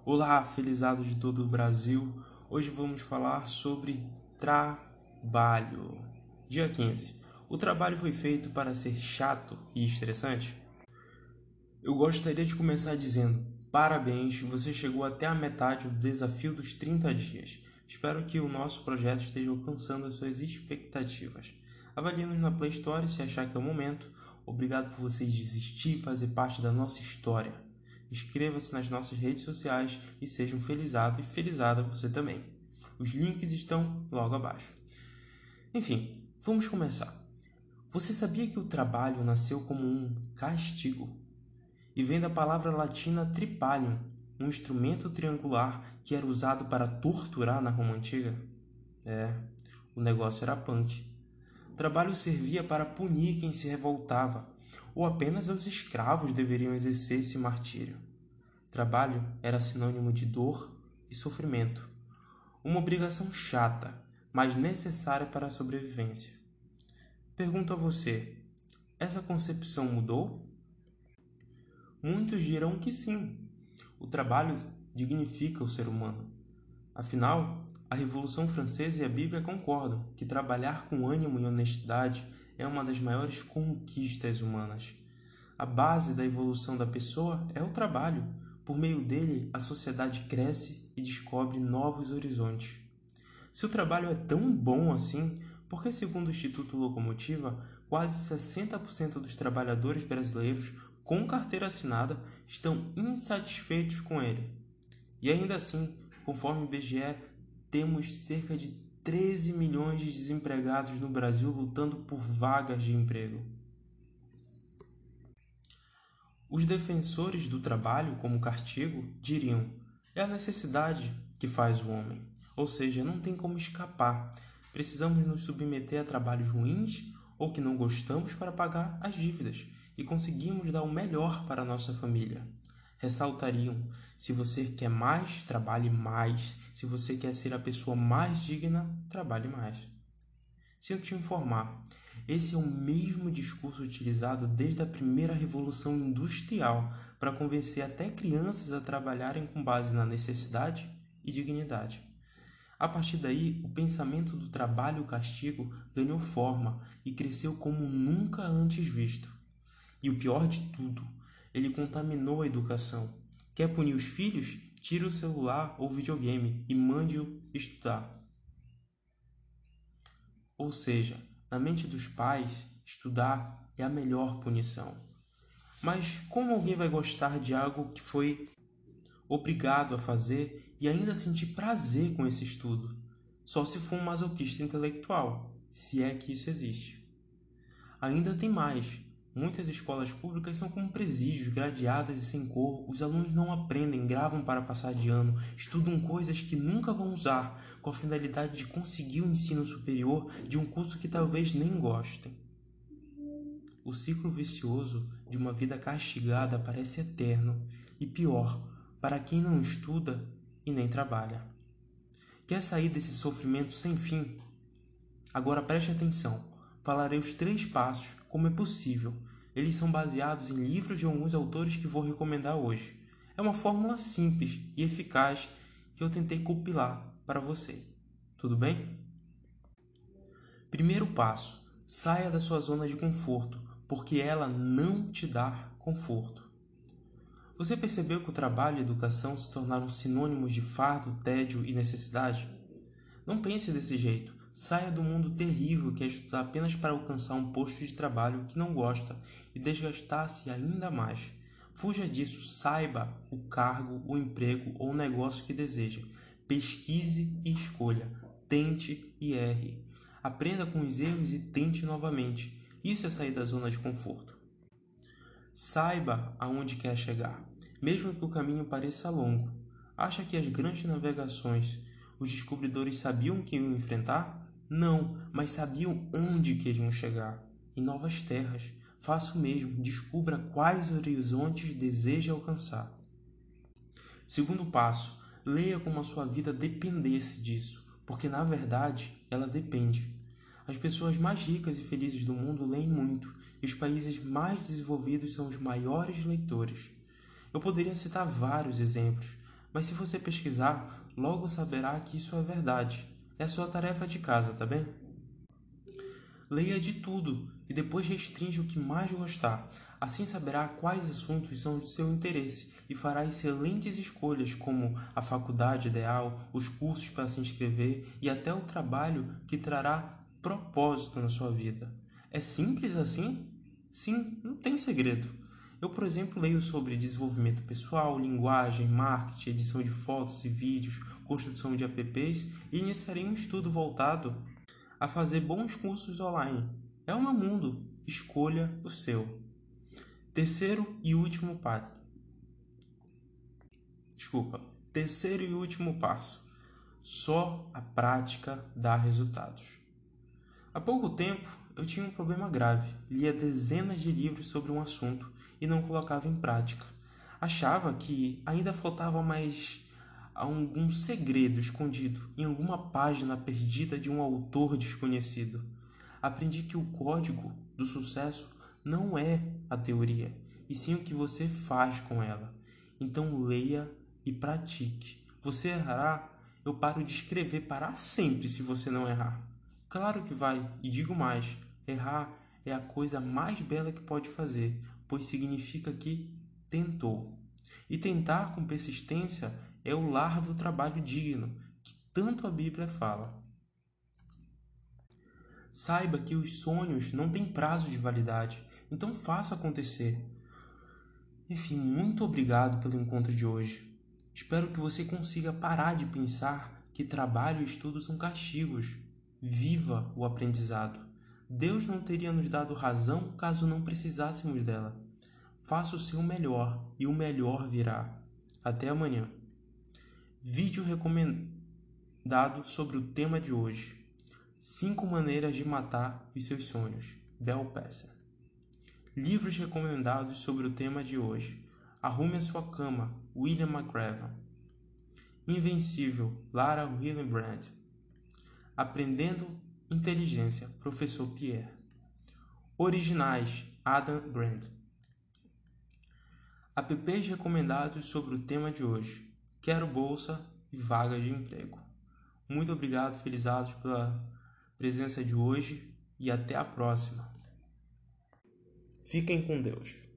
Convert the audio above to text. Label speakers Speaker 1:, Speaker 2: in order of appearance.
Speaker 1: Olá, felizados de todo o Brasil. Hoje vamos falar sobre trabalho. Dia 15. O trabalho foi feito para ser chato e estressante? Eu gostaria de começar dizendo: parabéns, você chegou até a metade do desafio dos 30 dias. Espero que o nosso projeto esteja alcançando as suas expectativas. Avalie-nos na Play Store se achar que é o momento. Obrigado por vocês desistir e fazer parte da nossa história. Inscreva-se nas nossas redes sociais e seja um felizado e felizada você também. Os links estão logo abaixo. Enfim, vamos começar. Você sabia que o trabalho nasceu como um castigo? E vem da palavra latina tripalium, um instrumento triangular que era usado para torturar na Roma Antiga? O negócio era punk. O trabalho servia para punir quem se revoltava, ou apenas os escravos deveriam exercer esse martírio. Trabalho era sinônimo de dor e sofrimento, uma obrigação chata, mas necessária para a sobrevivência. Pergunto a você, essa concepção mudou? Muitos dirão que sim. O trabalho dignifica o ser humano. Afinal, a Revolução Francesa e a Bíblia concordam que trabalhar com ânimo e honestidade é uma das maiores conquistas humanas. A base da evolução da pessoa é o trabalho. Por meio dele, a sociedade cresce e descobre novos horizontes. Se o trabalho é tão bom assim, por que, segundo o Instituto Locomotiva, quase 60% dos trabalhadores brasileiros com carteira assinada estão insatisfeitos com ele? E ainda assim, conforme o IBGE, temos cerca de 13 milhões de desempregados no Brasil lutando por vagas de emprego. Os defensores do trabalho como castigo diriam: é a necessidade que faz o homem, ou seja, não tem como escapar. Precisamos nos submeter a trabalhos ruins ou que não gostamos para pagar as dívidas e conseguimos dar o melhor para a nossa família. Ressaltariam: se você quer mais, trabalhe mais. Se você quer ser a pessoa mais digna, trabalhe mais. Sinto te informar, esse é o mesmo discurso utilizado desde a primeira Revolução Industrial para convencer até crianças a trabalharem com base na necessidade e dignidade. A partir daí, o pensamento do trabalho e o castigo ganhou forma e cresceu como nunca antes visto. E o pior de tudo, ele contaminou a educação. Quer punir os filhos? Tire o celular ou videogame e mande-o estudar. Ou seja, na mente dos pais, estudar é a melhor punição. Mas como alguém vai gostar de algo que foi obrigado a fazer e ainda sentir prazer com esse estudo? Só se for um masoquista intelectual, se é que isso existe. Ainda tem mais. Muitas escolas públicas são como presídios, gradeadas e sem cor. Os alunos não aprendem, gravam para passar de ano, estudam coisas que nunca vão usar, com a finalidade de conseguir o ensino superior de um curso que talvez nem gostem. O ciclo vicioso de uma vida castigada parece eterno e pior, para quem não estuda e nem trabalha. Quer sair desse sofrimento sem fim? Agora preste atenção. Falarei os 3 passos, como é possível. Eles são baseados em livros de alguns autores que vou recomendar hoje. É uma fórmula simples e eficaz que eu tentei compilar para você. Tudo bem? Primeiro passo: saia da sua zona de conforto, porque ela não te dá conforto. Você percebeu que o trabalho e a educação se tornaram sinônimos de fardo, tédio e necessidade? Não pense desse jeito. Saia do mundo terrível que é estudar apenas para alcançar um posto de trabalho que não gosta e desgastar-se ainda mais. Fuja disso, saiba o cargo, o emprego ou o negócio que deseja. Pesquise e escolha. Tente e erre. Aprenda com os erros e tente novamente. Isso é sair da zona de conforto. Saiba aonde quer chegar, mesmo que o caminho pareça longo. Acha que as grandes navegações, os descobridores sabiam o que iam enfrentar? Não, mas sabiam onde queriam chegar. Em novas terras. Faça o mesmo, descubra quais horizontes deseja alcançar. Segundo passo, leia como a sua vida dependesse disso, porque na verdade ela depende. As pessoas mais ricas e felizes do mundo leem muito, e os países mais desenvolvidos são os maiores leitores. Eu poderia citar vários exemplos, Mas se você pesquisar, logo saberá que isso é verdade. É a sua tarefa de casa, tá bem? Leia de tudo e depois restringe o que mais gostar. Assim saberá quais assuntos são de seu interesse e fará excelentes escolhas, como a faculdade ideal, os cursos para se inscrever e até o trabalho que trará propósito na sua vida. É simples assim? Sim, não tem segredo. Eu, por exemplo, leio sobre desenvolvimento pessoal, linguagem, marketing, edição de fotos e vídeos, construção de apps e iniciarei um estudo voltado a fazer bons cursos online. É o meu mundo. Escolha o seu. Terceiro e último passo. Terceiro e último passo. Só a prática dá resultados. Há pouco tempo eu tinha um problema grave. Lia dezenas de livros sobre um assunto e não colocava em prática. Achava que ainda faltava mais algum segredo escondido em alguma página perdida de um autor desconhecido. Aprendi que o código do sucesso não é a teoria, e sim o que você faz com ela. Então leia e pratique. Você errará, eu paro de escrever para sempre se você não errar. Claro que vai, e digo mais, errar é a coisa mais bela que pode fazer, pois significa que tentou. E tentar com persistência é o lar do trabalho digno, que tanto a Bíblia fala. Saiba que os sonhos não têm prazo de validade, então faça acontecer. Enfim, muito obrigado pelo encontro de hoje. Espero que você consiga parar de pensar que trabalho e estudo são castigos. Viva o aprendizado. Deus não teria nos dado razão caso não precisássemos dela. Faça o seu melhor e o melhor virá. Até amanhã. Vídeo recomendado sobre o tema de hoje: 5 maneiras de matar os seus sonhos. Bel Passer. Livros recomendados sobre o tema de hoje: Arrume a Sua Cama, William McRaven. Invencível, Lara Hillenbrand. Aprendendo Inteligência, Professor Pierre. Originais, Adam Grant. Apps recomendados sobre o tema de hoje: Quero Bolsa e Vaga de Emprego. Muito obrigado, felizados, pela presença de hoje e até a próxima. Fiquem com Deus.